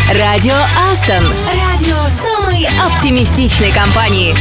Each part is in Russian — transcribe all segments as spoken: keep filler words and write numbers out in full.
Радио Астон. Радио самой оптимистичной компании.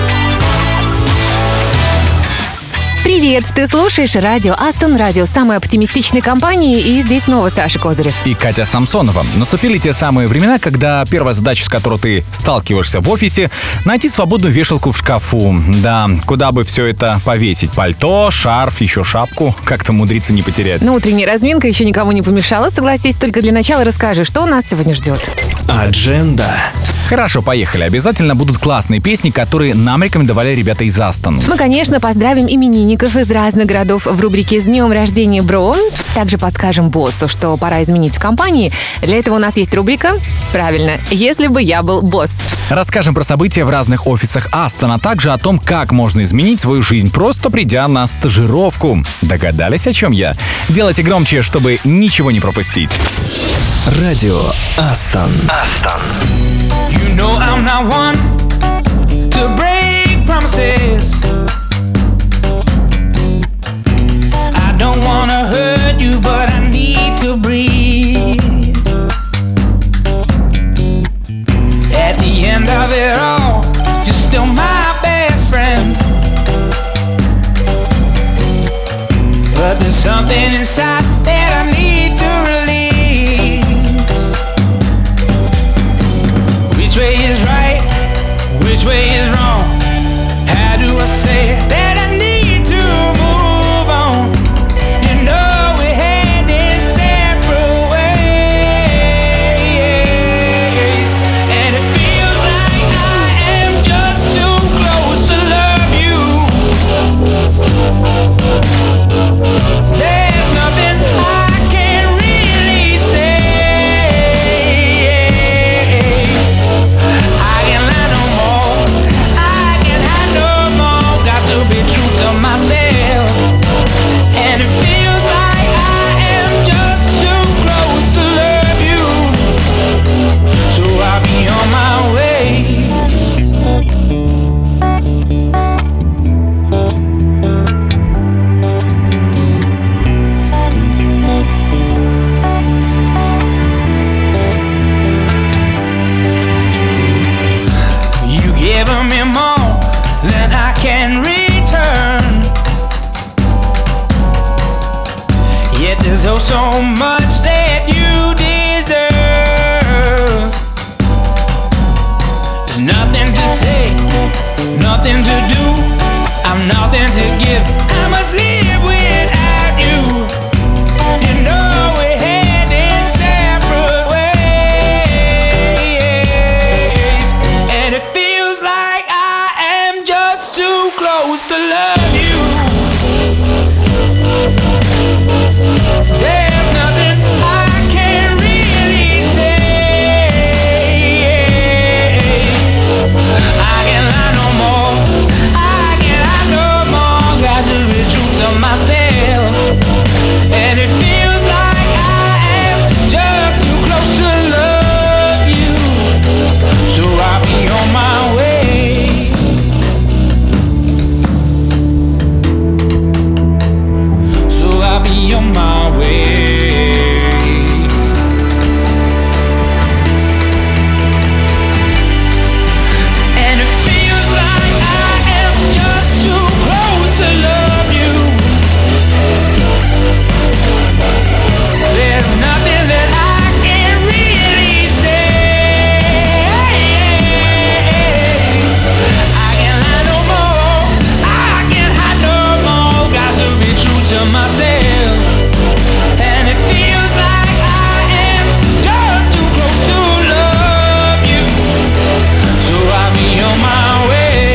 Привет! Ты слушаешь радио Астон, радио самой оптимистичной компании, и здесь снова Саша Козырев. И Катя Самсонова. Наступили те самые времена, когда первая задача, с которой ты сталкиваешься в офисе, найти свободную вешалку в шкафу. Да, куда бы все это повесить? Пальто, шарф, еще шапку. Как-то умудриться не потерять. Ну, утренняя разминка еще никому не помешала, согласись. Только для начала расскажи, что нас сегодня ждет. Адженда. Хорошо, поехали. Обязательно будут классные песни, которые нам рекомендовали ребята из Астон. Мы, конечно, поздравим именинников из разных городов в рубрике «С днем рождения, бро». Также подскажем боссу, что пора изменить в компании. Для этого у нас есть рубрика «Правильно, если бы я был босс». Расскажем про события в разных офисах Астон, а также о том, как можно изменить свою жизнь, просто придя на стажировку. Догадались, о чем я? Делайте громче, чтобы ничего не пропустить. Радио Астон. Астон. You know I'm not one to break promises. I don't wanna hurt you, but I need to breathe. At the end of it all, you're still my best friend. But there's something inside that I need to release. Which way is right? Which way is wrong? How do I say that I need to move on? You know we're heading separate ways, and it feels like I am just too close to love you. There's nothing I can really say. I can't lie no more. I can't hide no more. Got to be true to myself. And it feels like I am just too close to love you. So I'll be on my way. You giving me more than I can return. Yet there's oh so much that you deserve. There's nothing to say, nothing to do. I'm nothing to give. I must live without you. You know we're heading separate ways, and it feels like I am just too close to love you. There's nothing I can really say. I can't lie no more. I can't lie no more. Got to be true to myself. And it feels like I am just too close to love you. So I'll be on my way. So I'll be on my way. And it feels like I am just too close to love you. There's nothing that I can really say. I can't lie no more. I can't hide no more. Got to be true to myself. And it feels like I am just too close to love you. So I'll be on my way.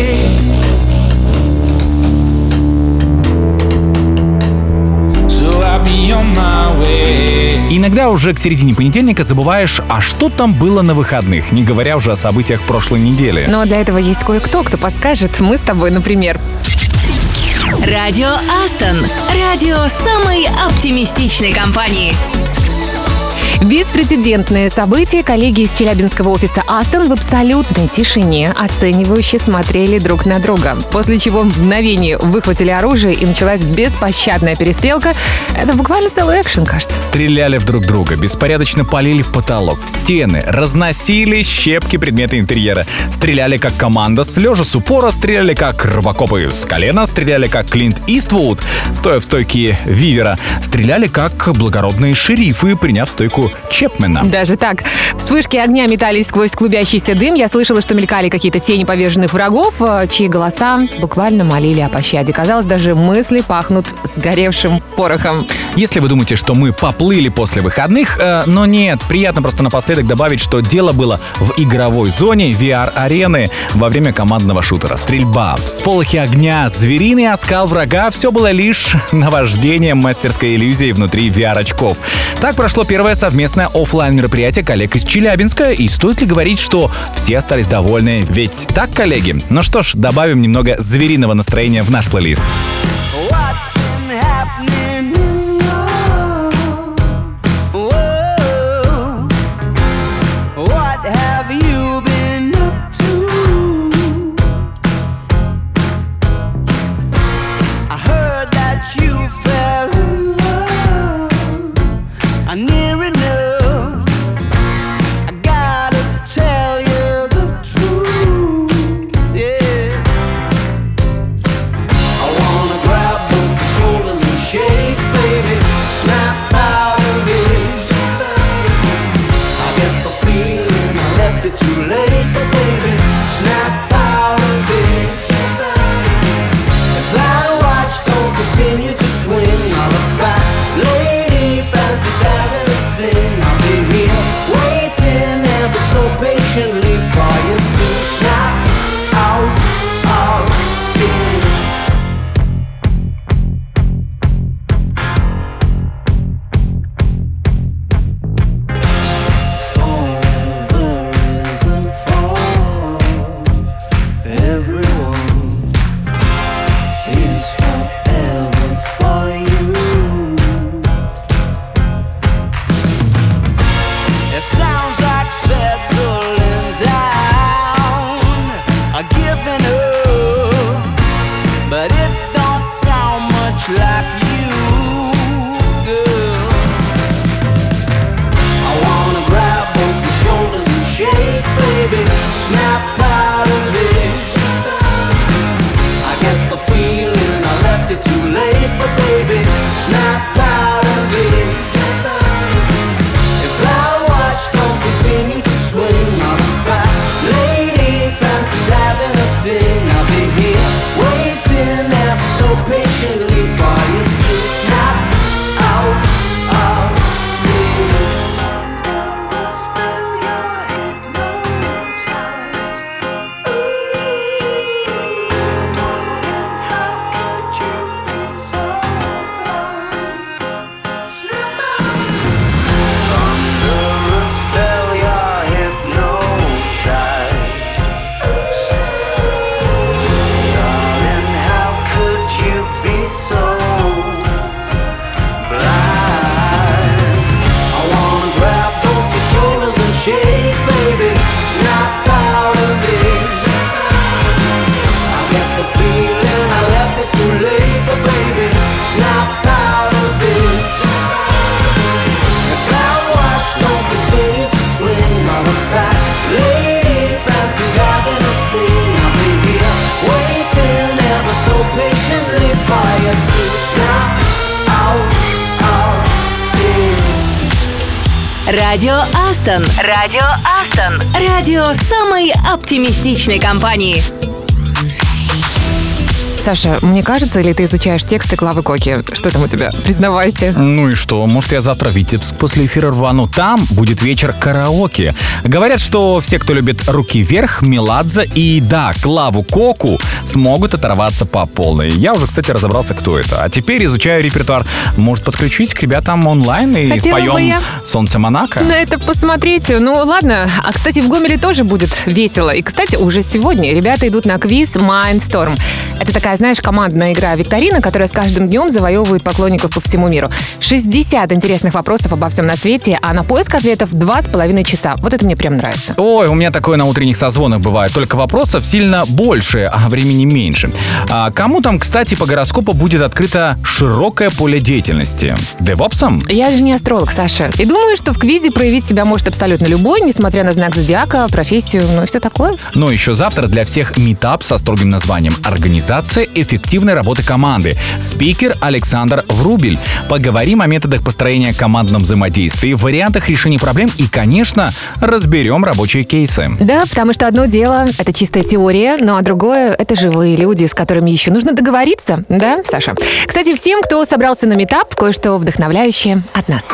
So I'll be on my way. Иногда уже к середине понедельника забываешь, а что там было на выходных, не говоря уже о событиях прошлой недели. Но для этого есть кое-кто, кто подскажет. Мы с тобой, например. Радио Астон. Радио самой оптимистичной компании. В Беспрецедентное событие. Коллеги из челябинского офиса Астон в абсолютной тишине оценивающе смотрели друг на друга. После чего в мгновение выхватили оружие и началась беспощадная перестрелка. Это буквально целый экшен, кажется. Стреляли в друг друга, беспорядочно палили в потолок, в стены, разносили щепки предметы интерьера. Стреляли как команда с лежа с упора, стреляли как робокопы с колена, стреляли как Клинт Иствуд, стоя в стойке Вивера, стреляли как благородные шерифы, приняв стойку Чепмена. Даже так. Вспышки огня метались сквозь клубящийся дым. Я слышала, что мелькали какие-то тени поверженных врагов, чьи голоса буквально молили о пощаде. Казалось, даже мысли пахнут сгоревшим порохом. Если вы думаете, что мы поплыли после выходных, э, но нет, приятно просто напоследок добавить, что дело было в игровой зоне ви ар-арены во время командного шутера. Стрельба, всполохи огня, звериный оскал врага — все было лишь наваждением мастерской иллюзии внутри ви ар-очков. Так прошло первое совместное офлайн мероприятие коллег из Челябинска, и стоит ли говорить, что все остались довольны? Ведь так, коллеги? Ну что ж, добавим немного звериного настроения в наш плейлист. Радио Астон. Радио Астон. Радио самой оптимистичной компании. Саша, мне кажется, или ты изучаешь тексты Клавы Коки? Что там у тебя? Признавайся. Ну и что? Может, я завтра в Витебск после эфира рвану? Там будет вечер караоке. Говорят, что все, кто любит «Руки вверх», Меладзе и, да, Клаву Коку, смогут оторваться по полной. Я уже, кстати, разобрался, кто это. А теперь изучаю репертуар. Может, подключить к ребятам онлайн и Хотела бы споем я «Солнце Монако»? На это посмотреть. Ну, ладно. А, кстати, в Гомеле тоже будет весело. И, кстати, уже сегодня ребята идут на квиз Mindstorm. Это такая такая, знаешь, командная игра-викторина, которая с каждым днем завоевывает поклонников по всему миру. шестьдесят интересных вопросов обо всем на свете, а на поиск ответов два с половиной часа. Вот это мне прям нравится. Ой, у меня такое на утренних созвонах бывает. Только вопросов сильно больше, а времени меньше. А кому там, кстати, по гороскопу будет открыто широкое поле деятельности? Девопсом? Я же не астролог, Саша. И думаю, что в квизе проявить себя может абсолютно любой, несмотря на знак зодиака, профессию, ну и все такое. Но еще завтра для всех митап со строгим названием «Организация эффективной работы команды». Спикер Александр Врубель. Поговорим о методах построения командного взаимодействия, вариантах решения проблем и, конечно, разберем рабочие кейсы. Да, потому что одно дело — это чистая теория, ну а другое — это живые люди, с которыми еще нужно договориться. Да, Саша? Кстати, всем, кто собрался на митап, кое-что вдохновляющее от нас.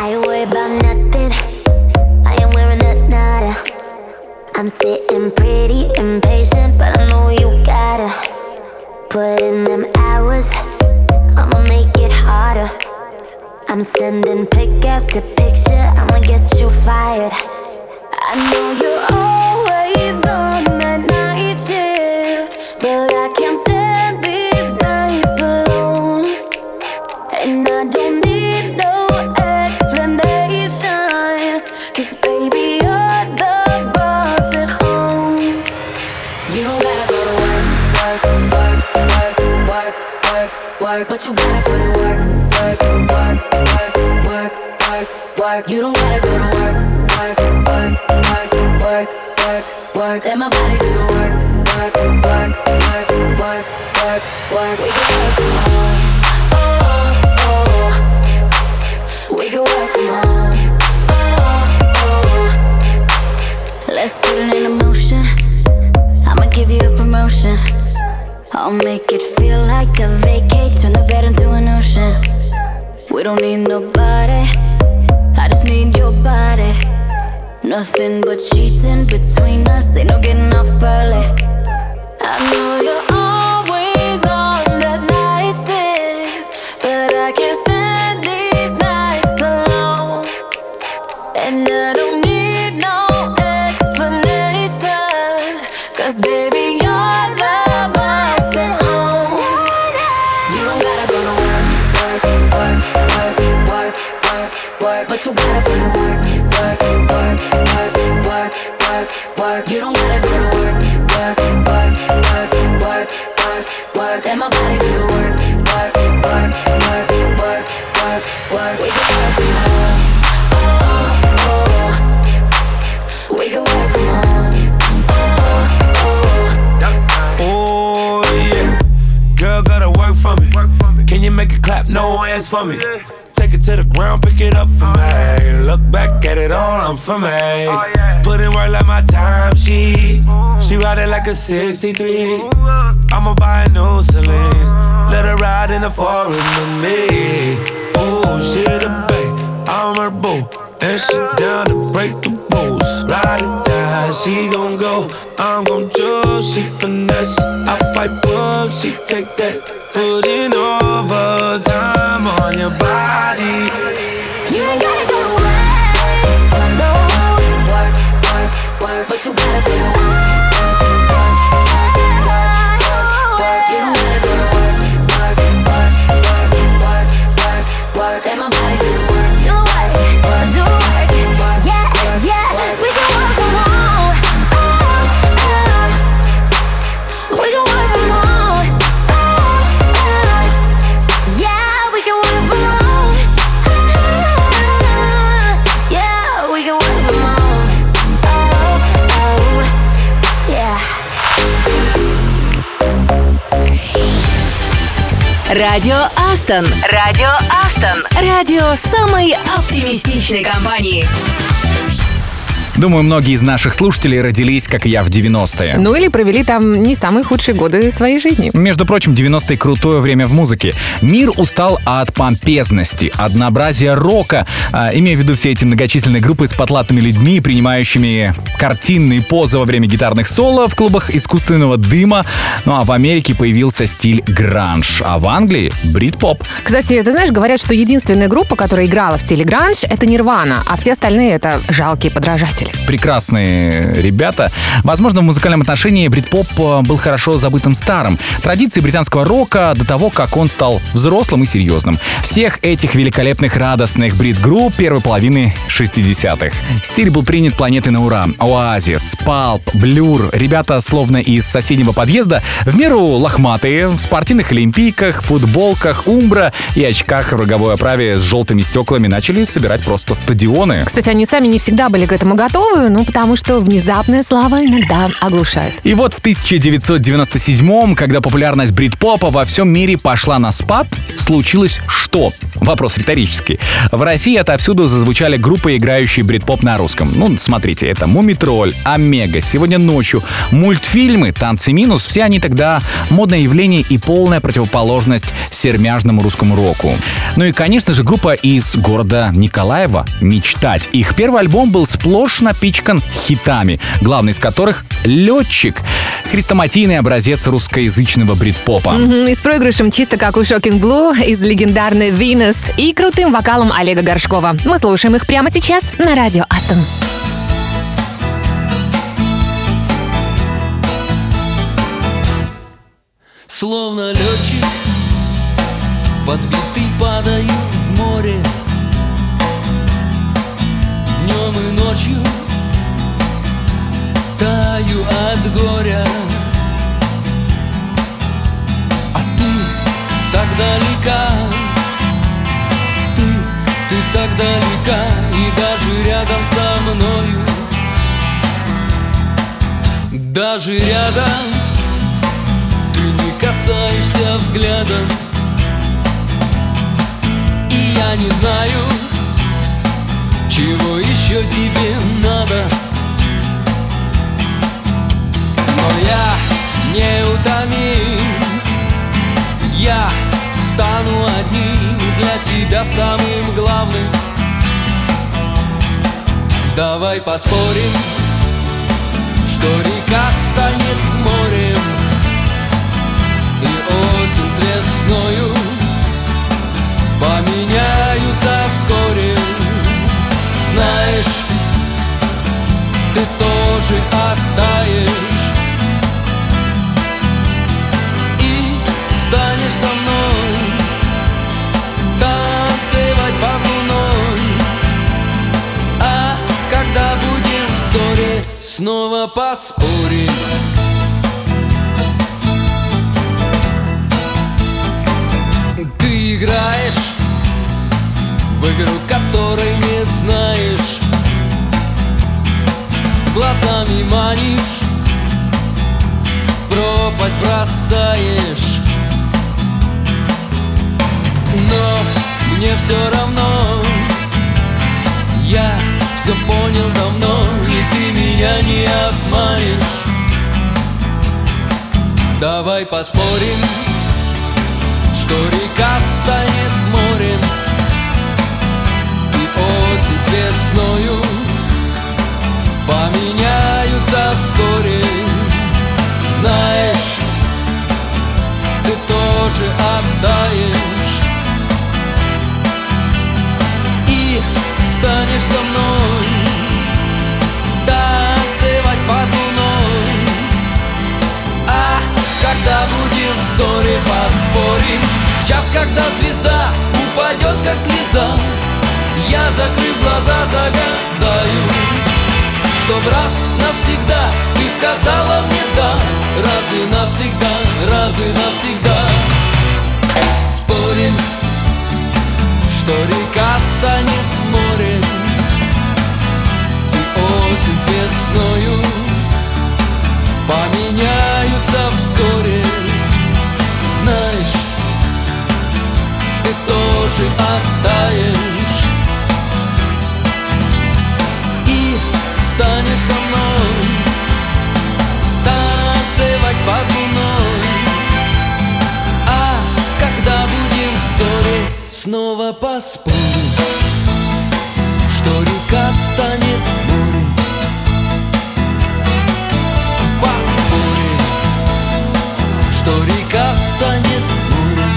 I'm sitting pretty impatient, but I know you gotta put in them hours. I'ma make it harder. I'm sending pick after picture, I'ma get you fired. I know you're always on that night shift, but I can't stand these nights alone. And I don't need no explanation, 'cause baby you're the boss at home. You don't gotta go to work, work, work, work, work, work, work, but you gotta put in work, work, work, work, work, work, work. You don't gotta go to work, work, work, work, work, work, work. Let my body do the work, work, work, work, work, work, work. We can work from home, oh, oh. We can work from home, oh, oh. Let's put it in motion. I'ma give you a promotion. I'll make it feel like a vacate, turn the bed into an ocean. We don't need nobody, I just need your body. Nothing but sheets in between us, ain't no getting off early. I know you're always on that night shift, but I can't stand these nights alone. And I don't need no explanation, 'cause baby you're the boss at home. You don't gotta go to work, work, work, work, work, work, work, but you gotta put in work, work, work, work, work, work, work. You don't gotta go to work, work, work, work, work, work, work. Let my body do the work, work, work, work, work, work, work. We can work from home, oh, oh. We can work from home, oh, oh. Oh yeah, girl gotta work for me. Can you make it clap? No hands for me. Take it to the ground, pick it up for me. Look back at it all, I'm for me. Put in work like my time sheet. She ride it like a sixty-three. I'ma buy a new Celine. Let her ride in the forest with me. Oh, she the babe, I'm her boo. And she down to break the rules. Ride or die, she gon' go. I'm gon' choose, she finesse. I fight up, she take that. Put in overtime on your body. You ain't gotta go to work, no. Work, work, work, but you gotta be work, work, work, work, work. You don't gotta go to work, work, work, work, work, work, work. Let my body do the work, do the work, do the work. Yeah, yeah, we can work from home. Oh, oh. We can work from home. Oh, oh. Yeah, we can work from home. Yeah, we can work from home. Oh, oh, yeah. Радио Астон. Радио Астон. Радио самой оптимистичной компании. Думаю, многие из наших слушателей родились, как и я, в девяностые. Ну или провели там не самые худшие годы своей жизни. Между прочим, девяностые — крутое время в музыке. Мир устал от помпезности, однообразия рока, а, имея в виду все эти многочисленные группы с потлатыми людьми, принимающими картинные позы во время гитарных соло в клубах искусственного дыма. Ну а в Америке появился стиль гранж, а в Англии — брит-поп. Кстати, ты знаешь, говорят, что единственная группа, которая играла в стиле гранж, это Нирвана, а все остальные — это жалкие подражатели. прекрасные ребята. Возможно, в музыкальном отношении брит-поп был хорошо забытым старым. Традиции британского рока до того, как он стал взрослым и серьезным. Всех этих великолепных, радостных брит-групп первой половины шестидесятых. Стиль был принят планетой на ура. Оазис, Палп, Блюр. Ребята, словно из соседнего подъезда, в меру лохматые, в спортивных олимпийках, футболках, умбра и очках в роговой оправе с желтыми стеклами начали собирать просто стадионы. Кстати, они сами не всегда были к этому готовы, ну потому что внезапная слава иногда оглушает. И вот в тысяча девятьсот девяносто седьмом, когда популярность брит-попа во всем мире пошла на спад, случилось что? Вопрос риторический. В России отовсюду зазвучали группы, играющие брит-поп на русском. Ну, смотрите, это Мумитроль, Омега, Сегодня ночью, мультфильмы, Танцы минус. Все они тогда модное явление и полная противоположность сермяжному русскому року. Ну и, конечно же, группа из города Николаева «Мечтать». Их первый альбом был сплошь напичкан хитами, главный из которых «Летчик». Хрестоматийный образец русскоязычного брит-попа. Мгм, и с проигрышем чисто как у Shocking Blue из легендарной Venus и крутым вокалом Олега Горшкова. Мы слушаем их прямо сейчас на радио Астон. Словно летчик, подбитый, падаю в море. Днем и ночью таю от горя. А ты так далека, ты, ты так далека, и даже рядом со мною, даже рядом ты не касаешься взглядом. И я не знаю, чего еще тебе надо, но я неутомим. Я стану одним для тебя самым главным. Давай поспорим, что река станет морем, и осень с весною поменяются вскоре. Знаешь, ты тоже оттаешь и станешь со мной танцевать под луной. А когда будем в ссоре, снова поспорим. Ты играешь в игру, которой не знаешь, глазами манишь, в пропасть бросаешь. Но мне все равно, я все понял давно, и ты меня не обманешь. Давай поспорим, что река станет морем, и осень с весною поменяются вскоре. Знаешь, ты тоже оттаешь и станешь со мной танцевать под луной. А когда будем в ссоре, поспорим. Час, когда звезда упадет, как слеза, я, закрыв глаза, загадаю, чтоб раз навсегда ты сказала мне да. Раз и навсегда, раз и навсегда. Спорим, что река станет морем, и осень с весною поменяются вскоре. Знаешь, ты тоже оттаешь и станешь со мной танцевать под луной. А когда будем в ссоре, снова поспорим, что река станет морем. Поспорим, что река станет морем.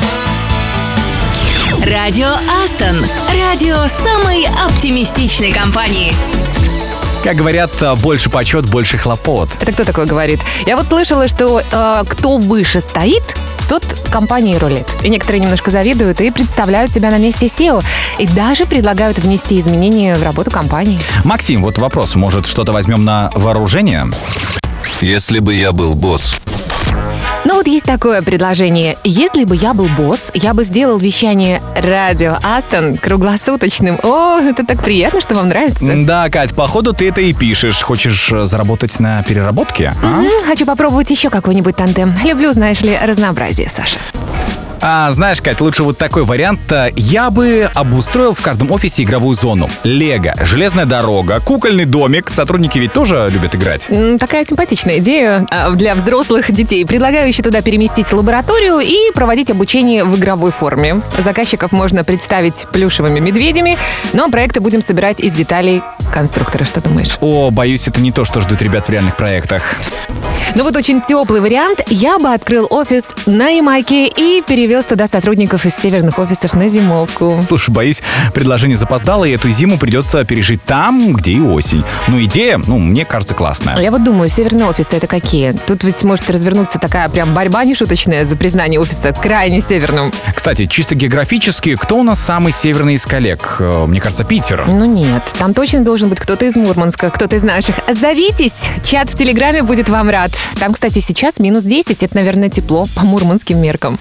Радио Астон. Радио самой оптимистичной компании. Как говорят, больше почет, больше хлопот. Это кто такой говорит? Я вот слышала, что э, кто выше стоит, тот компании рулит. И некоторые немножко завидуют и представляют себя на месте сео. И даже предлагают внести изменения в работу компании. Максим, вот вопрос. Может, что-то возьмем на вооружение? Если бы я был босс. Ну вот есть такое предложение. Если бы я был босс, я бы сделал вещание радио Астон круглосуточным. О, это так приятно, что вам нравится. Да, Кать, походу ты это и пишешь. Хочешь заработать на переработке? А? М, Хочу попробовать еще какой-нибудь тандем. Люблю, знаешь ли, разнообразие, Саша. А, знаешь, Кать, лучше вот такой вариант. Я бы обустроил в каждом офисе игровую зону. Лего, железная дорога, кукольный домик. Сотрудники ведь тоже любят играть. М, Такая симпатичная идея а, для взрослых детей. Предлагаю еще туда переместить лабораторию и проводить обучение в игровой форме. Заказчиков можно представить плюшевыми медведями, но проекты будем собирать из деталей конструктора. Что думаешь? О, боюсь, это не то, что ждут ребят в реальных проектах. Ну вот очень теплый вариант. Я бы открыл офис на Ямайке и перевез туда сотрудников из северных офисов на зимовку. Слушай, боюсь, предложение запоздало, и эту зиму придется пережить там, где и осень. Ну, идея, ну, мне кажется, классная. Я вот думаю, северные офисы это какие? Тут ведь может развернуться такая прям борьба нешуточная за признание офиса крайне северным. Кстати, чисто географически, кто у нас самый северный из коллег? Э, Мне кажется, Питер. Ну нет, там точно должен быть кто-то из Мурманска, кто-то из наших. Отзовитесь, чат в Телеграме будет вам рад. Там, кстати, сейчас минус десять, это, наверное, тепло по мурманским меркам.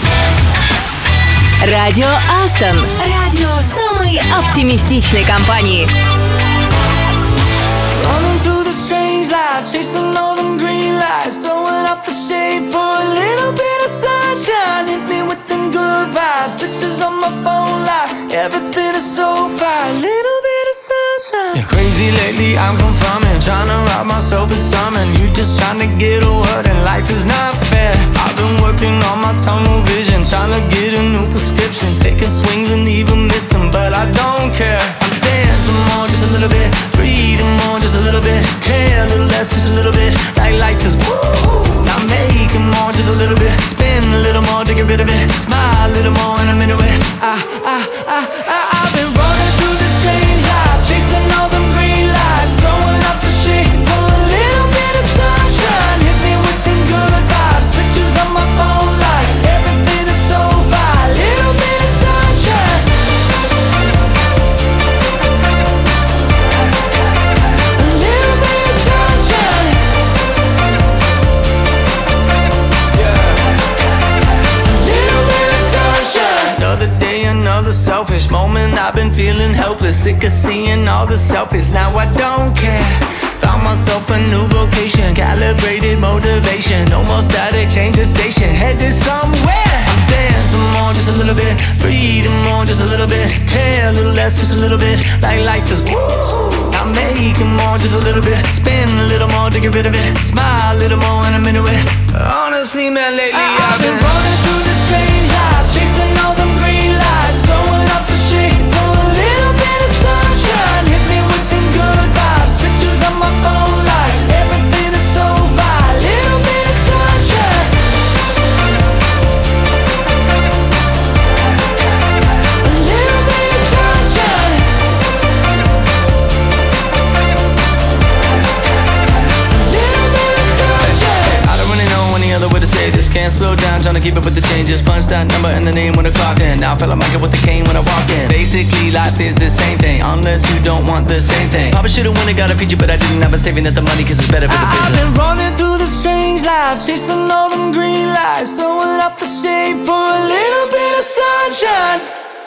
Радио Астон. Радио самой оптимистичной компании. Running through the strange life, chasing all them green lights, throwing up the shade for a little bit of sunshine. Hit me with them good vibes, pictures on my phone live. Everything is so fine, little bit of sunshine. Yeah, crazy lately, I'm confirming, trying to rob myself of something. You just trying to get a word, and life is not fair. I've been working on my tunnel vision, trying to get a new prescription, taking swings and even missing, but I don't care. I'm dancing more, just a little bit, breathing more, just a little bit, care a little less, just a little bit, like life is woo. Now making more, just a little bit, spin a little more to get rid of it, smile a little more and I'm into it. I, I, I, I, I've been running through this strange life, chasing all them green lights, throwing up the shade for a little bit of sunshine. Hit me with them good vibes, pictures on my phone like everything is so fine, little bit of sunshine. A little bit of sunshine. Little bit of sunshine. Another day, another selfish moment. I've been feeling helpless, sick of seeing all the selfies. Now I don't care. Found myself a new vocation, calibrated motivation. No more static, change the station, headed somewhere. I'm dancing more, just a little bit, breathing more, just a little bit, care a little less, just a little bit, like life is woo. I'm making more, just a little bit, spin a little more to get rid of it, smile a little more and I'm into it. Honestly, man, lately I, I've been running through this strange life, chasing all them green lights, throwing up the shade for a little bit of sunshine. Hit me with them good vibes, pictures on my phone like everything is so fine, little bit of sunshine. A little bit of sunshine. A little bit of sunshine. I don't really know any other way to say this. Can't slow down, trying to keep up with the changes. Punch that number in the name when I clocked in. Now I feel like Michael with the cane when I walk in. Basically, life is the same thing, unless you don't want the same thing. Probably should've won it, got a feature, but I didn't. I've been saving up the money, cause it's better for the business. I've been running through the strange life, chasing all them green lights, throwing up the shade for a little bit of sunshine.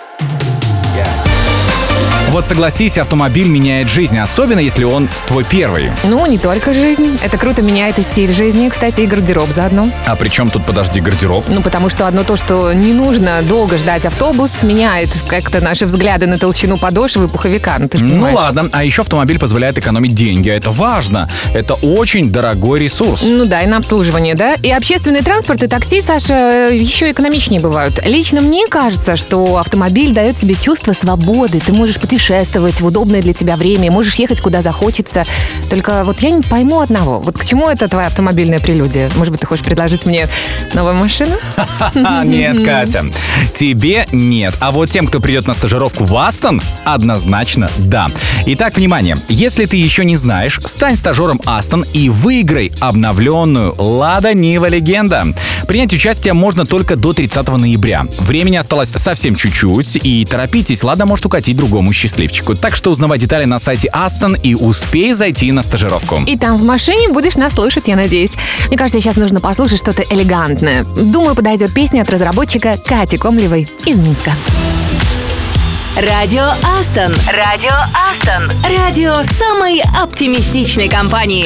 Вот согласись, автомобиль меняет жизнь, особенно если он твой первый. Ну, не только жизнь. Это круто меняет и стиль жизни, кстати, и гардероб заодно. А при чем тут, подожди, гардероб? Ну, потому что одно то, что не нужно долго ждать автобус, меняет как-то наши взгляды на толщину подошвы и пуховика. Ну, ты ж Ну понимаешь. ладно, а еще автомобиль позволяет экономить деньги, а это важно. Это очень дорогой ресурс. Ну да, и на обслуживание, да? И общественный транспорт, и такси, Саша, еще экономичнее бывают. Лично мне кажется, что автомобиль дает тебе чувство свободы. Ты можешь путешествовать путешествовать в удобное для тебя время, можешь ехать куда захочется. Только вот я не пойму одного. Вот к чему это твоя автомобильная прелюдия? Может быть, ты хочешь предложить мне новую машину? Нет, Катя, тебе нет. А вот тем, кто придет на стажировку в Астон, однозначно да. Итак, внимание, если ты еще не знаешь, стань стажером Астон и выиграй обновленную Лада Нива Легенда. Принять участие можно только до тридцатого ноября. Времени осталось совсем чуть-чуть, и торопитесь, Лада может укатить другому счастливчику. Так что узнавай детали на сайте Астон и успей зайти на стажировку. И там в машине будешь нас слушать, я надеюсь. Мне кажется, сейчас нужно послушать что-то элегантное. Думаю, подойдет песня от разработчика Кати Комлевой из Минска. Радио Астон. Радио Астон. Радио самой оптимистичной компании.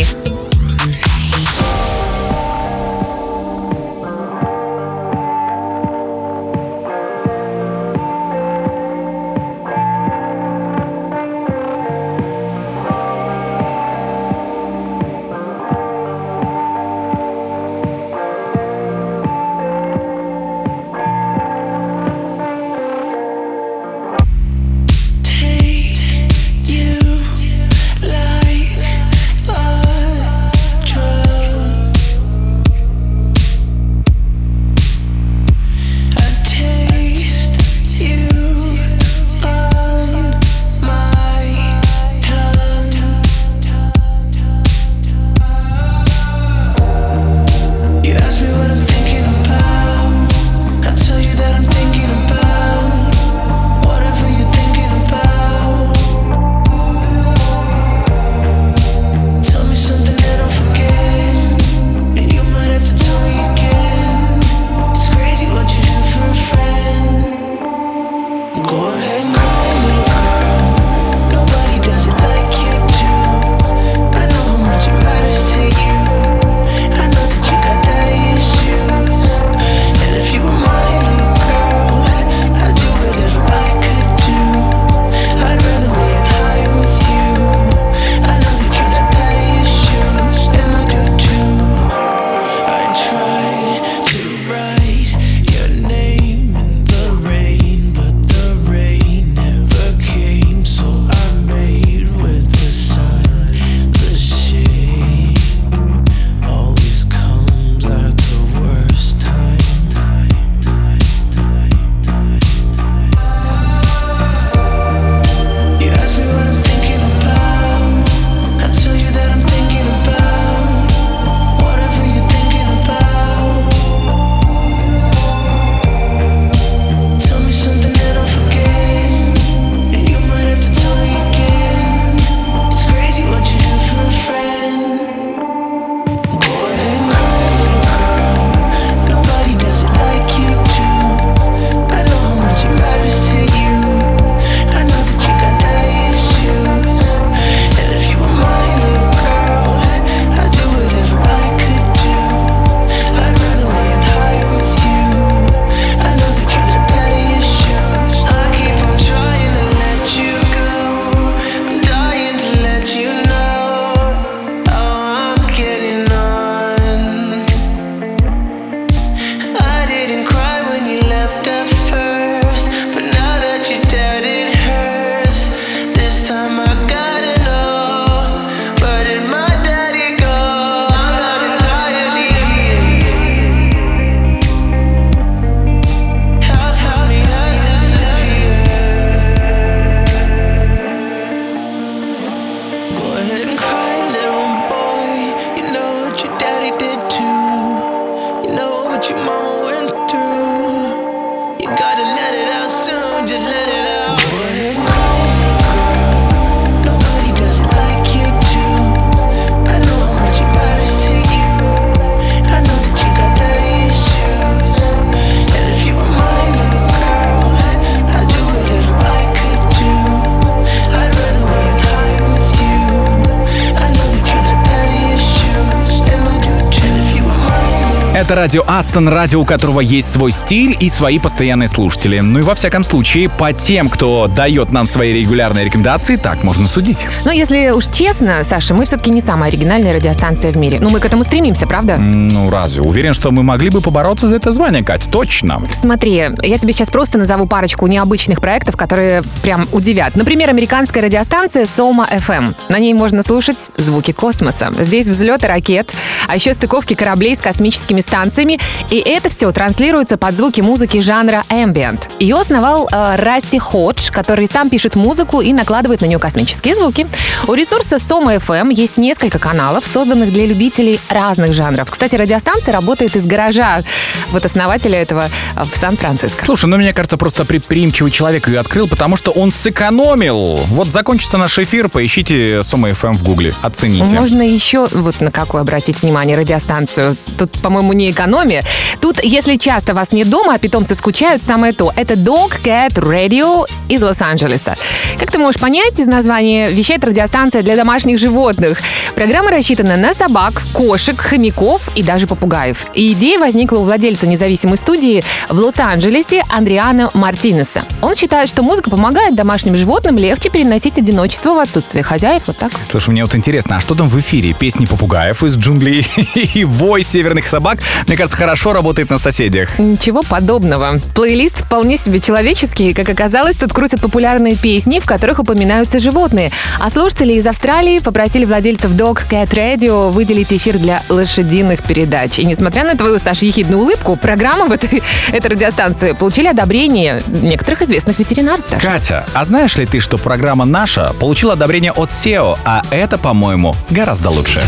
Это радио Астон, радио, у которого есть свой стиль и свои постоянные слушатели. Ну и во всяком случае, по тем, кто дает нам свои регулярные рекомендации, так можно судить. Но если уж честно, Саша, мы все-таки не самая оригинальная радиостанция в мире. Ну, мы к этому стремимся, правда? Ну, разве? Уверен, что мы могли бы побороться за это звание, Кать. Точно. Смотри, я тебе сейчас просто назову парочку необычных проектов, которые прям удивят. Например, американская радиостанция Сома эф эм. На ней можно слушать звуки космоса. Здесь взлеты ракет, а еще стыковки кораблей с космическими станциями. И это все транслируется под звуки музыки жанра ambient. Ее основал э, Расти Ходж, который сам пишет музыку и накладывает на нее космические звуки. У ресурса Сома эф эм есть несколько каналов, созданных для любителей разных жанров. Кстати, радиостанция работает из гаража вот основателя этого в Сан-Франциско. Слушай, ну мне кажется, просто предприимчивый человек ее открыл, потому что он сэкономил. Вот закончится наш эфир, поищите Сома эф эм в гугле, оцените. Можно еще вот на какую обратить внимание радиостанцию. Тут, по-моему, не экономия. Тут, если часто вас нет дома, а питомцы скучают, самое то. Это Dog Cat Radio из Лос-Анджелеса. Как ты можешь понять, из названия вещает радиостанция для домашних животных. Программа рассчитана на собак, кошек, хомяков и даже попугаев. И идея возникла у владельца независимой студии в Лос-Анджелесе Андриано Мартинеса. Он считает, что музыка помогает домашним животным легче переносить одиночество в отсутствие хозяев. Вот так. Слушай, мне вот интересно, а что там в эфире? Песни попугаев из джунглей и вой северных собак? Мне кажется, хорошо работает на соседях. Ничего подобного. Плейлист вполне себе человеческий. Как оказалось, тут крутят популярные песни, в которых упоминаются животные. А слушатели из Австралии попросили владельцев Dog Cat Radio выделить эфир для лошадиных передач. И несмотря на твою, Саша, ехидную улыбку, программы в этой, этой радиостанции получили одобрение некоторых известных ветеринаров даже. Катя, а знаешь ли ты, что программа наша получила одобрение от сео, а это, по-моему, гораздо лучше.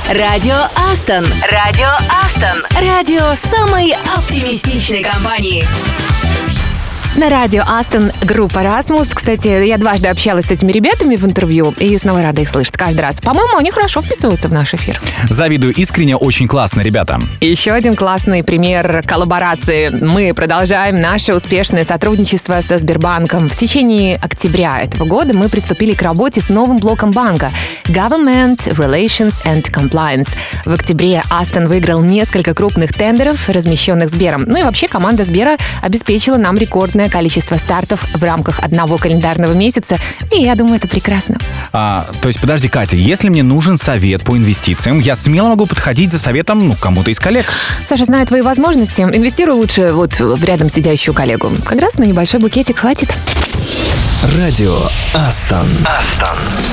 Радио Астон. Радио Астон. Радио самой оптимистичной компании. На радио Астон группа Расмус. Кстати, я дважды общалась с этими ребятами в интервью и снова рада их слышать каждый раз. По-моему, они хорошо вписываются в наш эфир. Завидую искренне, очень классно, ребята. Еще один классный пример коллаборации. Мы продолжаем наше успешное сотрудничество со Сбербанком. В течение октября этого года мы приступили к работе с новым блоком банка Government Relations and Compliance. В октябре Астон выиграл несколько крупных тендеров, размещенных Сбером. Ну и вообще команда Сбера обеспечила нам рекордное количество стартов в рамках одного календарного месяца. И я думаю, это прекрасно. А, то есть, подожди, Катя, если мне нужен совет по инвестициям, я смело могу подходить за советом, ну, кому-то из коллег. Саша, зная твои возможности, инвестируй лучше вот в рядом сидящую коллегу. Как раз на небольшой букетик хватит. Радио Астон. Астон.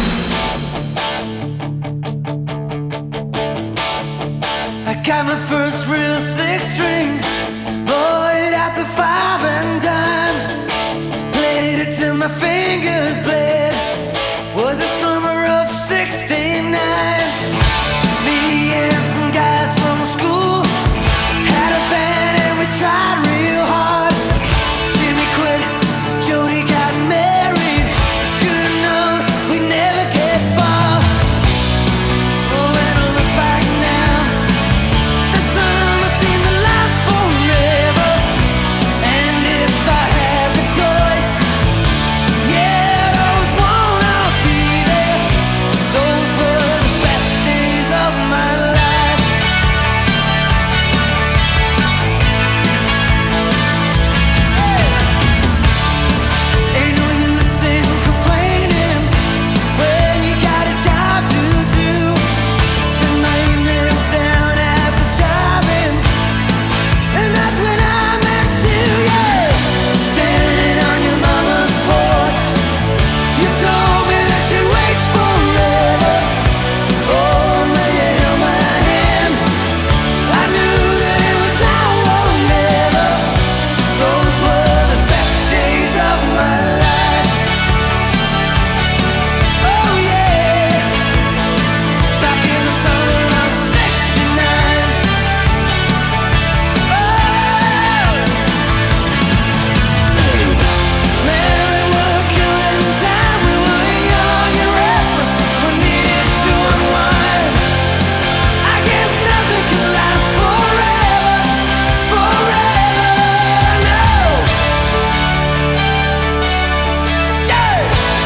I got my first real six string, bought it at the five and dime, played it till my fingers bled. Was the summer of sixty-nine. Me and some guys from school had a band and we tried real hard. Jimmy quit, Jody got married. Should've known we'd never get far. Oh, when I look back now, the summer seemed to last forever. And if I had the choice, yeah, I always wanna be there. Those were the best days of my life. Ain't no use in complaining when you got a job to do. Spend my evenings down at the drive-in, and that's when I met you, yeah. Standing on your mama's porch, you told me that you'd wait forever. Oh, when you held my hand, I knew that it was now or never. Those were the best days of my life. Oh yeah, back in the summer of sixty-nine. Oh, man, we were killing time. We were young and restless. We needed to unwind. I guess nothing can last forever, forever, no. Yeah.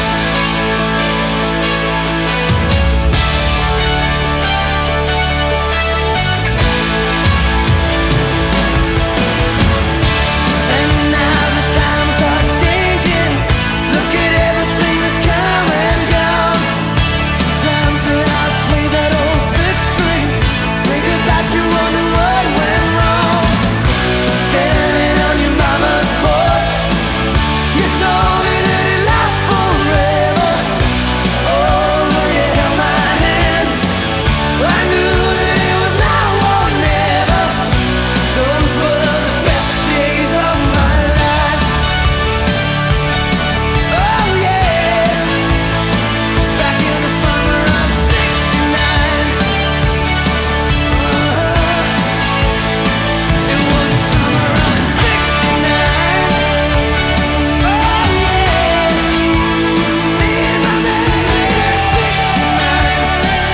And now the times are changing. Look at everything that's come and gone. Sometimes when I play that old six string, think about you, wonder what went wrong. Standing on your mama's porch, you told me that it lasts forever. Oh, when you held my hand, I knew that it was now or never. Those were the best days of my life. Oh yeah, back in the summer of sixty-nine. It was the summer of sixty-nine. Oh yeah, me and my baby at sixty-nine.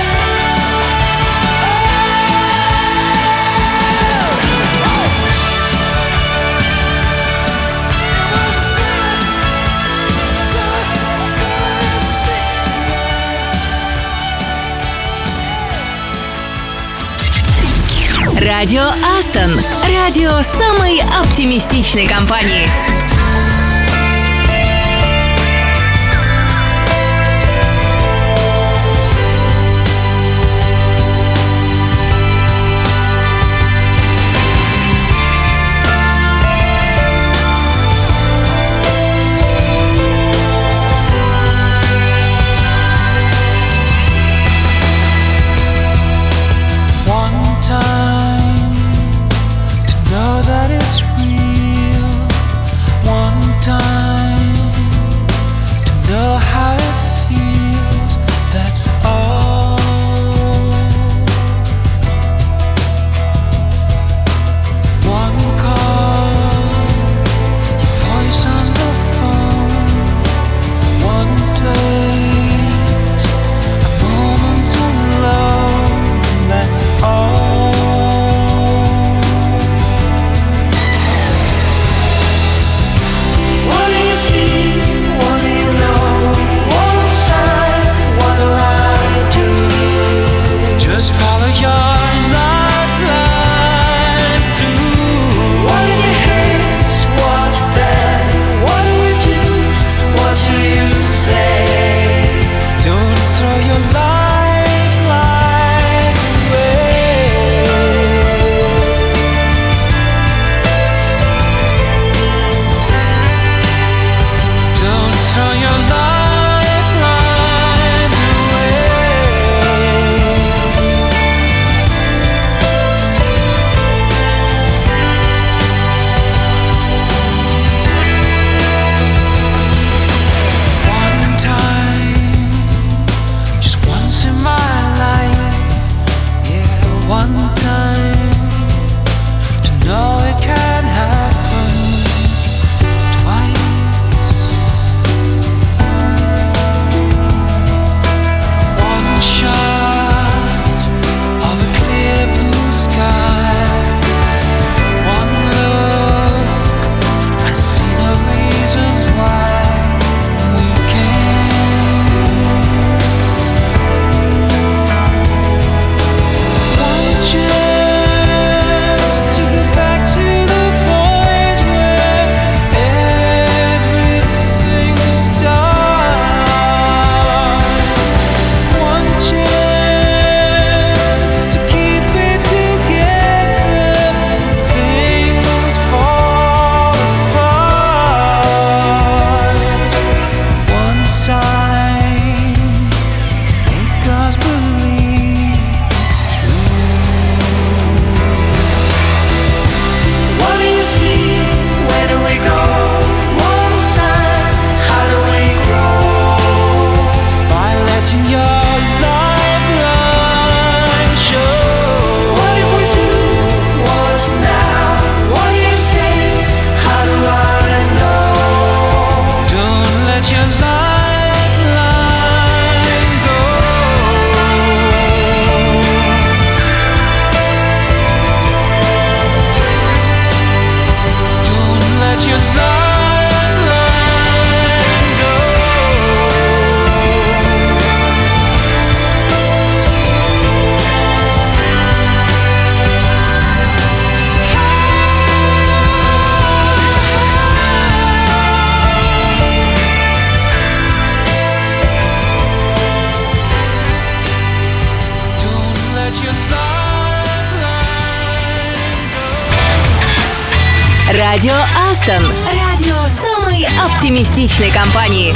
Радио Астон. Радио самой оптимистичной компании. One time to know that it's real. One Радио Астон. Радио самой оптимистичной компании.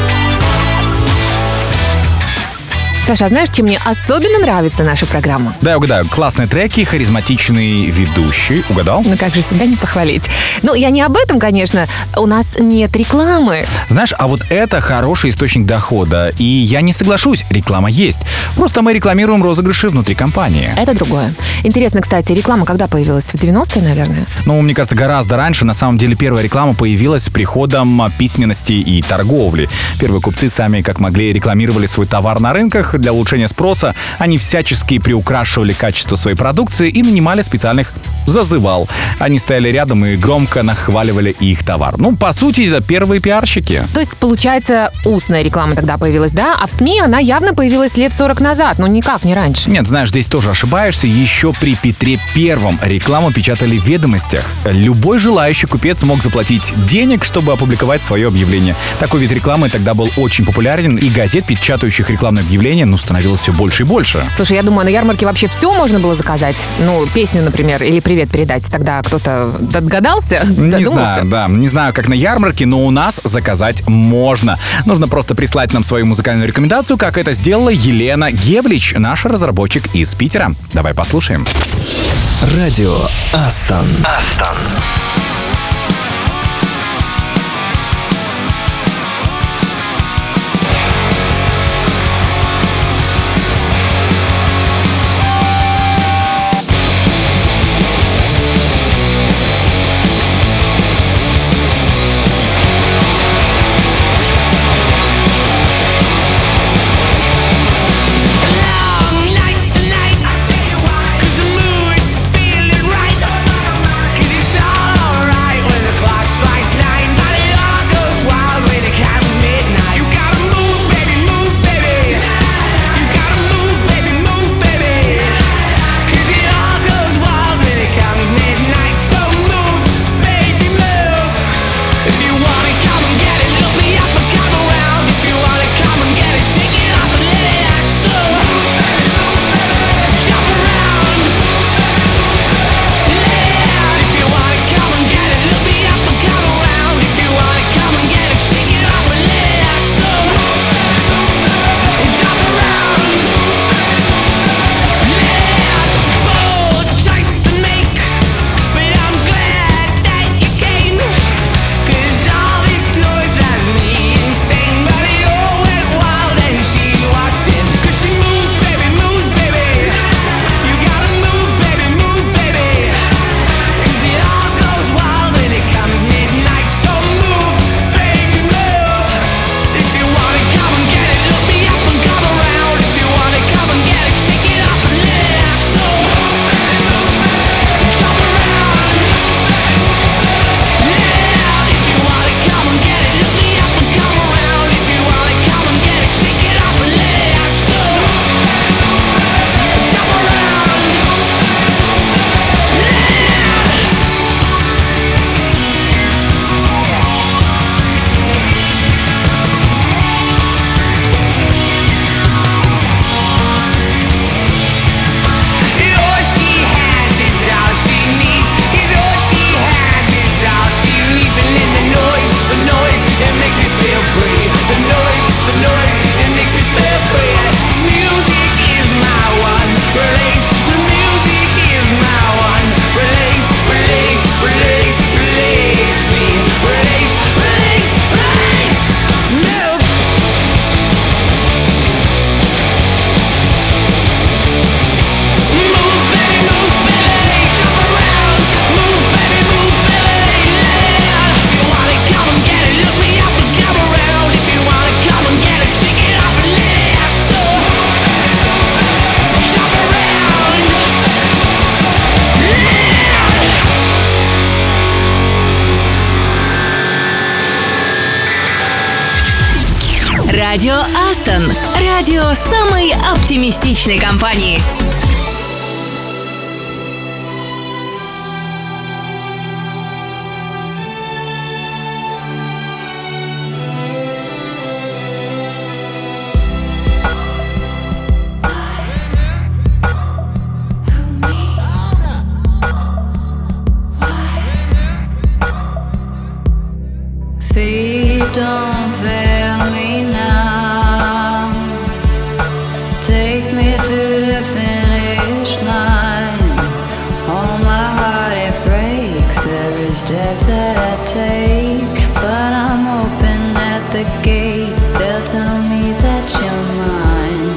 Саша, а знаешь, чем мне особенно нравится наша программа? Да, я угадаю. Классные треки, харизматичный ведущий. Угадал? Ну как же себя не похвалить? Ну, я не об этом, конечно. У нас нет рекламы. Знаешь, а вот это хороший источник дохода. И я не соглашусь, реклама есть. Просто мы рекламируем розыгрыши внутри компании. Это другое. Интересно, кстати, реклама когда появилась? В девяностые, наверное? Ну, мне кажется, гораздо раньше. На самом деле, первая реклама появилась с приходом письменности и торговли. Первые купцы сами, как могли, рекламировали свой товар на рынках. Для улучшения спроса они всячески приукрашивали качество своей продукции и нанимали специальных зазывал. Они стояли рядом и громко нахваливали их товар. Ну, по сути, это первые пиарщики. То есть, получается, устная реклама тогда появилась, да? А в СМИ она явно появилась лет сорок назад, но никак не раньше. Нет, знаешь, здесь тоже ошибаешься. Еще при Петре Первом рекламу печатали в «Ведомостях». Любой желающий купец мог заплатить денег, чтобы опубликовать свое объявление. Такой вид рекламы тогда был очень популярен, и газет, печатающих рекламные объявления, ну, становилось все больше и больше. Слушай, я думаю, на ярмарке вообще все можно было заказать. Ну, песню, например, или привет передать. Тогда кто-то догадался? Не додумался? знаю, да. Не знаю, как на ярмарке, но у нас заказать можно. Нужно просто прислать нам свою музыкальную рекомендацию, как это сделала Елена Гевлич, наш разработчик из Питера. Давай послушаем. Радио Астон. Астон. Радио Астон. Радио самой оптимистичной компании. Feet don't fail me now. Take me to the finish line. Oh, my heart, it breaks every step that I take. But I'm open at the gates. They'll tell me that you're mine.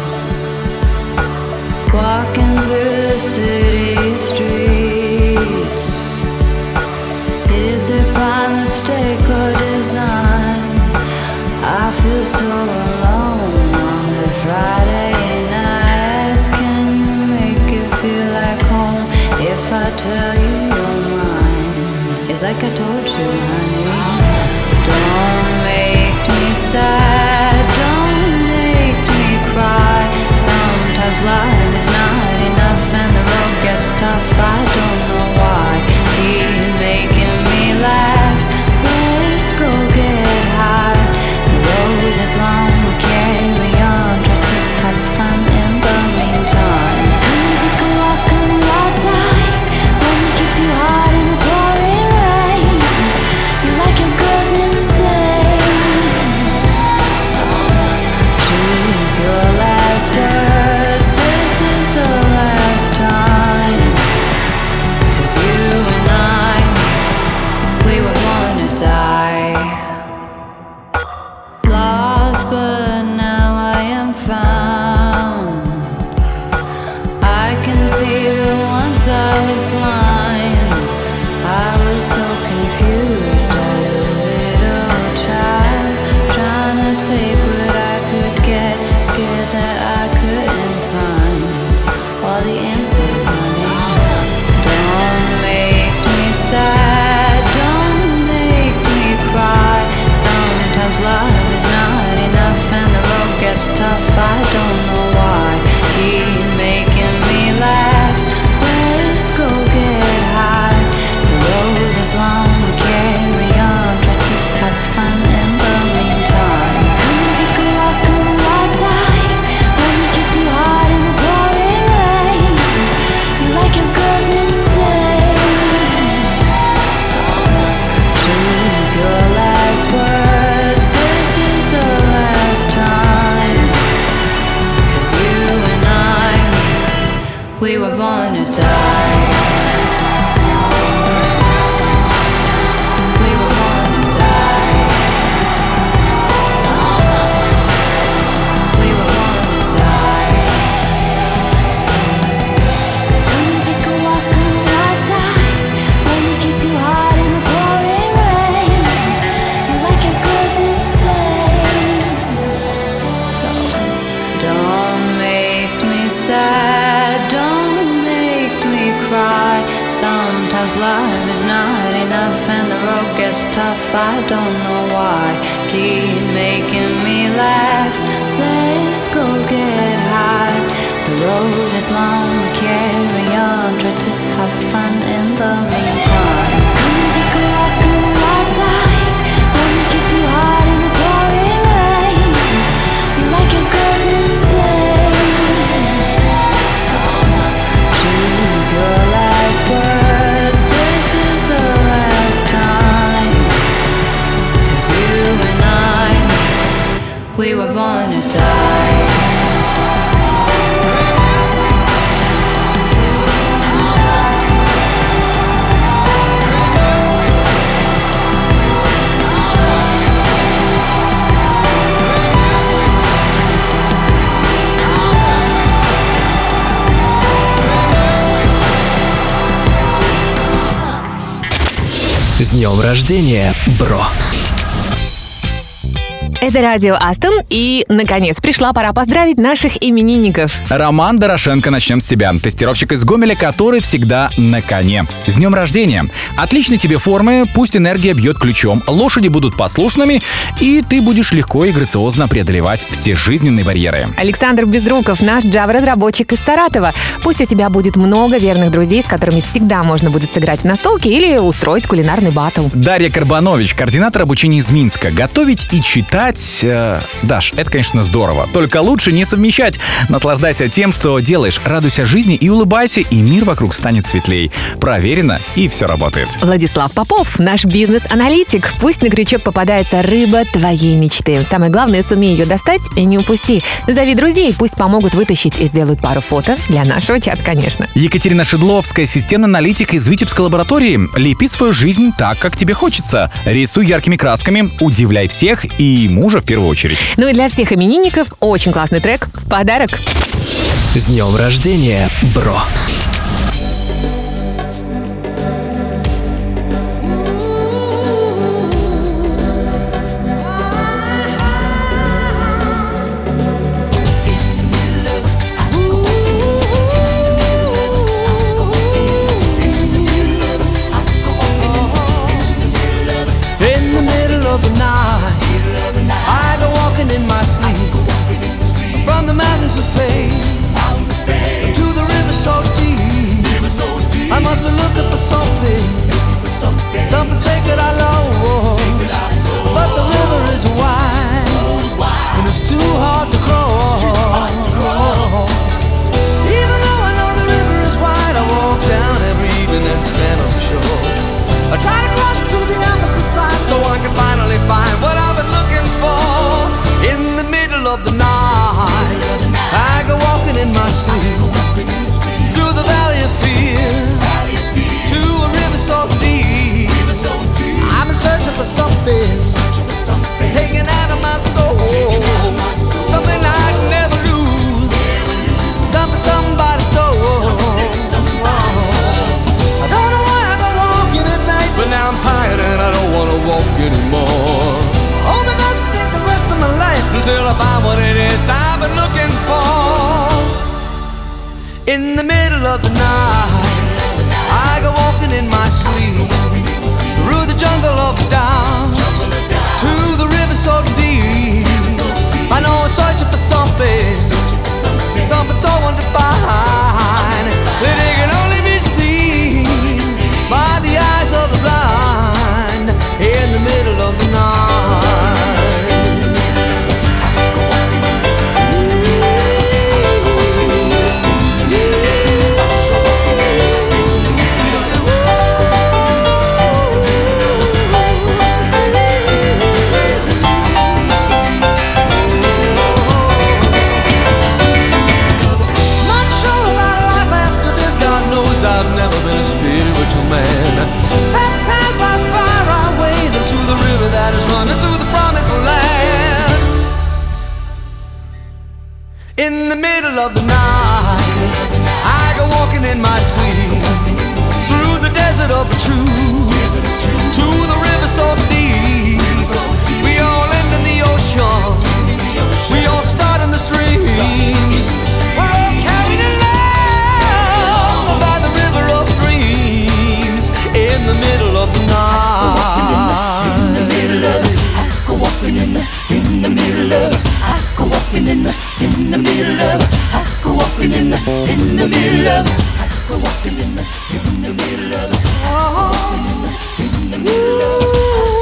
Walking through the city streets. Is it by mistake or design? I feel so alone on the Friday nights. Can you make it feel like home if I tell you you're mine? It's like I told you, honey. Don't make me sad, don't make me cry. Sometimes love is not enough and the road gets tough. I don't know why. Keep making me laugh. Let's go get high. The road is long, we'll carry on. Try to have fun in the meantime. Come take a walk on the wild side. Let me kiss you hard in the pouring rain. You like your girls insane. So choose your last words. This is the last time. 'Cause you and I, we were born to die. Lost, but now I am found. I can see, but once I was blind. I was so confused as a little child, trying to take what I could get, scared that I couldn't find all the answers, honey. Don't make me sad, don't make me cry. Sometimes love is not enough and the road gets tough. I don't know why. Keep making me laugh. Let's go get high. The road is long, we carry on. Try to have fun in the meantime. Come take a walk on the wild side. Let me kiss you hard in the pouring rain. You like your girls insane. So choose your last words. This is the last time. 'Cause you and I, we were born to die. We were born to die. We were born to die. Come and take a walk on the wild side. Let me kiss you hard in the pouring rain. You like your girls insane. So don't make me sad, don't make me cry. Sometimes love is not enough and the road gets tough. I don't know why. Keep making me laugh. Let's go get high. The road is long, we carry on. Try to have fun in the meantime. Come and take a walk on the wild side. Let me kiss you hard in the pouring rain. You like your girls insane. So choose your last words. This is the last time. 'Cause you and I, we were born to die. С днем рождения, бро! Это радио Астон, и, наконец, пришла пора поздравить наших именинников. Роман Дорошенко, начнем с тебя. Тестировщик из Гомеля, который всегда на коне. С днем рождения! Отличной тебе формы, пусть энергия бьет ключом, лошади будут послушными, и ты будешь легко и грациозно преодолевать все жизненные барьеры. Александр Безруков, наш Java-разработчик из Саратова. Пусть у тебя будет много верных друзей, с которыми всегда можно будет сыграть в настолки или устроить кулинарный баттл. Дарья Карбанович, координатор обучения из Минска. Готовить и читать улыбать, э, Даш, это, конечно, здорово. Только лучше не совмещать. Наслаждайся тем, что делаешь, радуйся жизни и улыбайся, и мир вокруг станет светлей. Проверено, и все работает. Владислав Попов, наш бизнес-аналитик. Пусть на крючок попадается рыба твоей мечты. Самое главное, сумей ее достать и не упусти. Зови друзей, пусть помогут вытащить и сделают пару фото для нашего чата, конечно. Екатерина Шедловская, системный аналитик из Витебской лаборатории. Лепи свою жизнь так, как тебе хочется. Рисуй яркими красками, удивляй всех и мужа в первую очередь. Ну и для всех именинников очень классный трек в подарок. С днем рождения, бро! In my sleep, from the mountains of fame to the river so deep, I must be looking for something, something sacred I lost. But the river is wide, and it's too hard to cross. Even though I know the river is wide, I walk down every evening and stand on the shore. I try to cross to the opposite side so I can finally find what I've been looking for. In the middle of the night, I go walking in my sleep through the valley of fear to a river so deep. I've been searching for something taken out of my soul, something I'd never lose, something somebody stole. I don't know why I go walking at night, but now I'm tired and I don't want to walk anymore. My life until I find what it is I've been looking for. In the middle of the night, I go walking in my sleep through the jungle of doubt to the river so deep. I know I'm searching for something, something so undefined that it can only be seen by the eyes of the blind. In the middle of the night. Spiritual man, baptized by fire, I wade into the river that is running to the promised land. In the middle of the night, I go walking in my sleep through the desert of the truth to the river so deep. We all end in the ocean, we all start in the streams. We're all carried along by the river of dreams. In the middle of the night, in the middle of it, I go walking in the, in the middle of it, I go walking in the, in the middle of it, I go walking in the, in the middle of it, I go walking in the, in the middle of it, oh, in the middle of it,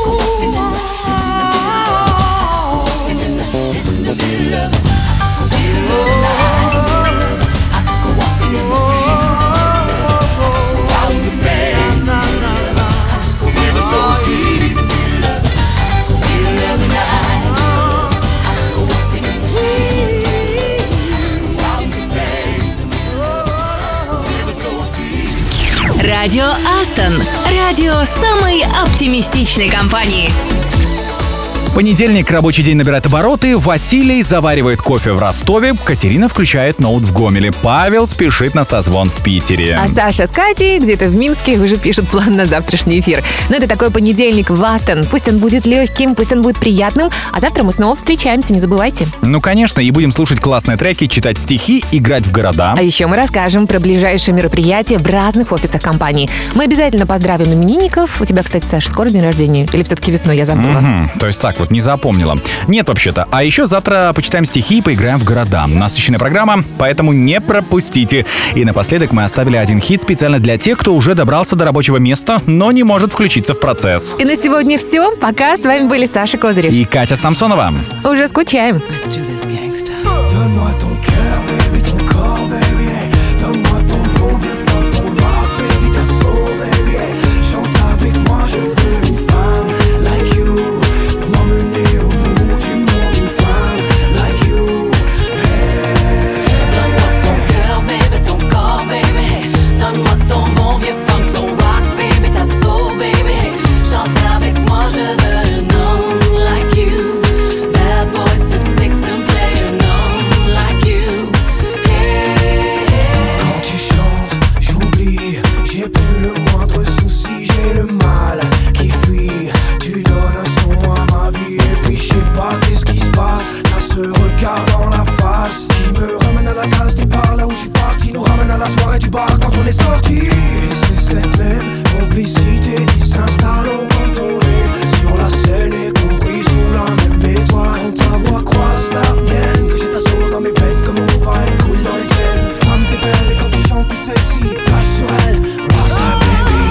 I go walking in the, in the middle of it, I go walking in the sea. Радио Астон. Радио самой оптимистичной компании. Понедельник, рабочий день набирает обороты. Василий заваривает кофе в Ростове. Катерина включает ноут в Гомеле. Павел спешит на созвон в Питере. А Саша с Катей где-то в Минске уже пишут план на завтрашний эфир. Но это такой понедельник в Астон. Пусть он будет легким, пусть он будет приятным. А завтра мы снова встречаемся, не забывайте. Ну, конечно, и будем слушать классные треки, читать стихи, играть в города. А еще мы расскажем про ближайшие мероприятия в разных офисах компании. Мы обязательно поздравим именинников. У тебя, кстати, Саша, скоро день рождения? Или все-таки весной, я забыла? Угу. То есть так, вот не запомнила. Нет, вообще-то. А еще завтра почитаем стихи и поиграем в города. Насыщенная программа, поэтому не пропустите. И напоследок мы оставили один хит специально для тех, кто уже добрался до рабочего места, но не может включиться в процесс. И на сегодня все. Пока. С вами были Саша Козырев И Катя Самсонова. Уже скучаем. Donne-moi ton cœur, baby, ton corps, baby, hey. Donne-moi ton bon vieux funk, ton rock, baby, ta soul, baby, hey. Chante avec moi, je veux une femme like you, pour m'emmener au bout du monde, une femme like you, hey. Donne-moi ton cœur, baby, ton corps, baby, hey. Donne-moi ton bon vieux funk, ton rock, baby, ta soul, baby, hey. Chante avec moi, je veux un homme like you. Bad boy to six and play an homme like you. Hey, hey. Quand tu chantes, j'oublie, j'ai plus le moindre souci, j'ai le mal qui fuit. Tu donnes un son à ma vie et puis je sais pas qu'est-ce qui se passe. T'as ce regard dans la face qui me ramène à la case départ, là où je suis parti, nous ramène à la soirée du bar quand on est sorti. Et c'est cette même complicité qui s'installe au cantonné sur la scène, y compris sous la même étoile. Quand ta voix croise la mienne, que j'ai ta soul dans mes veines, comme on va être cool dans les chaînes. Femme t'es belle et quand tu chantes t'es sexy, flash sur elle, rockstar baby.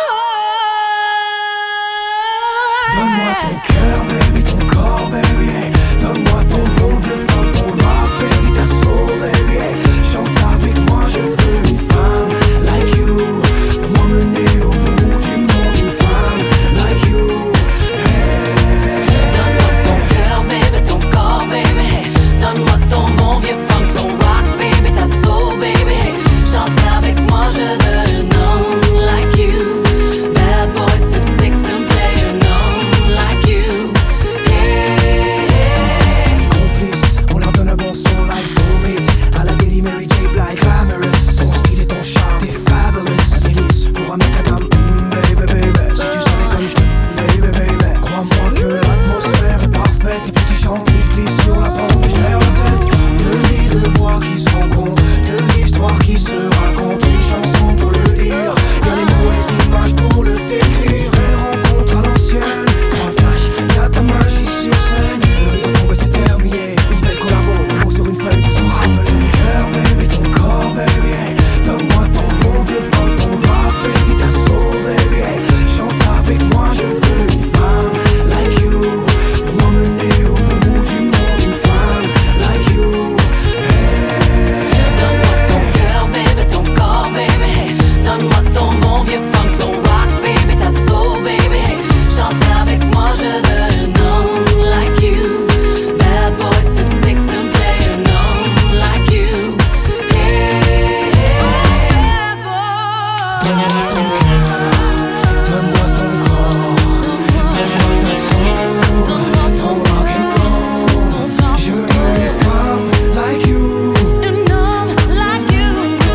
Donne-moi ton cœur, baby, ton corps, baby, hey. Donne-moi ton bon vieux funk, ton rock, baby, ta soul, baby, hey. Chante avec moi, je veux une femme like you, pour m'emmener au bout du monde, une femme like you, hey. Donne-moi ton cœur, baby, ton corps, baby, hey. Donne-moi ton bon vieux funk, ton rock, baby, ta soul, baby, hey. Chante avec moi, je veux un homme like you. Bad boy to six and play an homme like you. Hey, hey. Complice, on leur donne un bon son like Soulmate. À la Daily Mary J. Blige, glamorous. Ton style et ton charme, t'es fabulous. Un délice pour un mec à dame, mm, baby, baby. Si tu savais comme je t'aime, baby, baby. Crois-moi que l'atmosphère est parfaite. Et plus tu chantes, plus je glisse sur la pente et je perds la tête. Deux vies, deux voix qui se rencontrent, deux histoires qui se racontent. Une chanson pour le dire, y'a les mots, les images pour le décrire. Belle rencontre à l'ancienne, grand flash, y'a ta magie sur scène. Le rideau tombe et c'est terminé, une belle collabo, des mots sur une feuille pour se rappeler. Cœur, baby, ton corps, baby, hey. Donne-moi ton bon vieux funk, ton rock, baby, ta soul, baby, hey. Chante avec moi, je veux une femme like you, pour m'emmener au bout du monde, une femme like you, hey. Donne-moi ton cœur, baby, ton corps, baby, hey. Donne-moi ton bon vieux funk, ton rock, baby, ta soul, baby, hey. Chante avec moi, je veux un homme like you. Bad boy to six and play an homme like you. Hey, hey. Donne-moi ton cœur, donne-moi ton corps, donne-moi ta soul, ton rock and roll. Je veux une femme like you. An homme like you.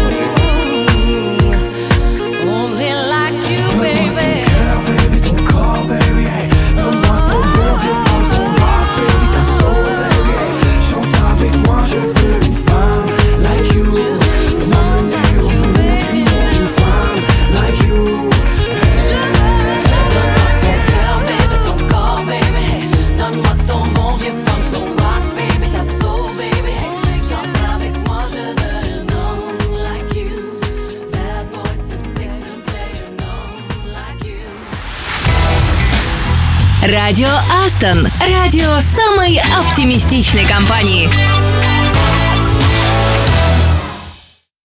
Only like you, Donne-moi ton baby. cœur, baby, ton corps, baby, hey. Donne-moi ton bon vieux funk, ton rock, baby, ta soul, baby, hey. Chante avec moi, je veux une femme like you, pour m'emmener au bout du monde, une femme like you, hey. Donne-moi ton cœur, baby, ton corps, baby, hey. Donne-moi ton bon vieux funk, ton rock, baby, ta soul, baby, hey. Chante avec moi, je veux un homme like you. Bad boy to six and play an homme like you. Радио Астон. Радио самой оптимистичной компании.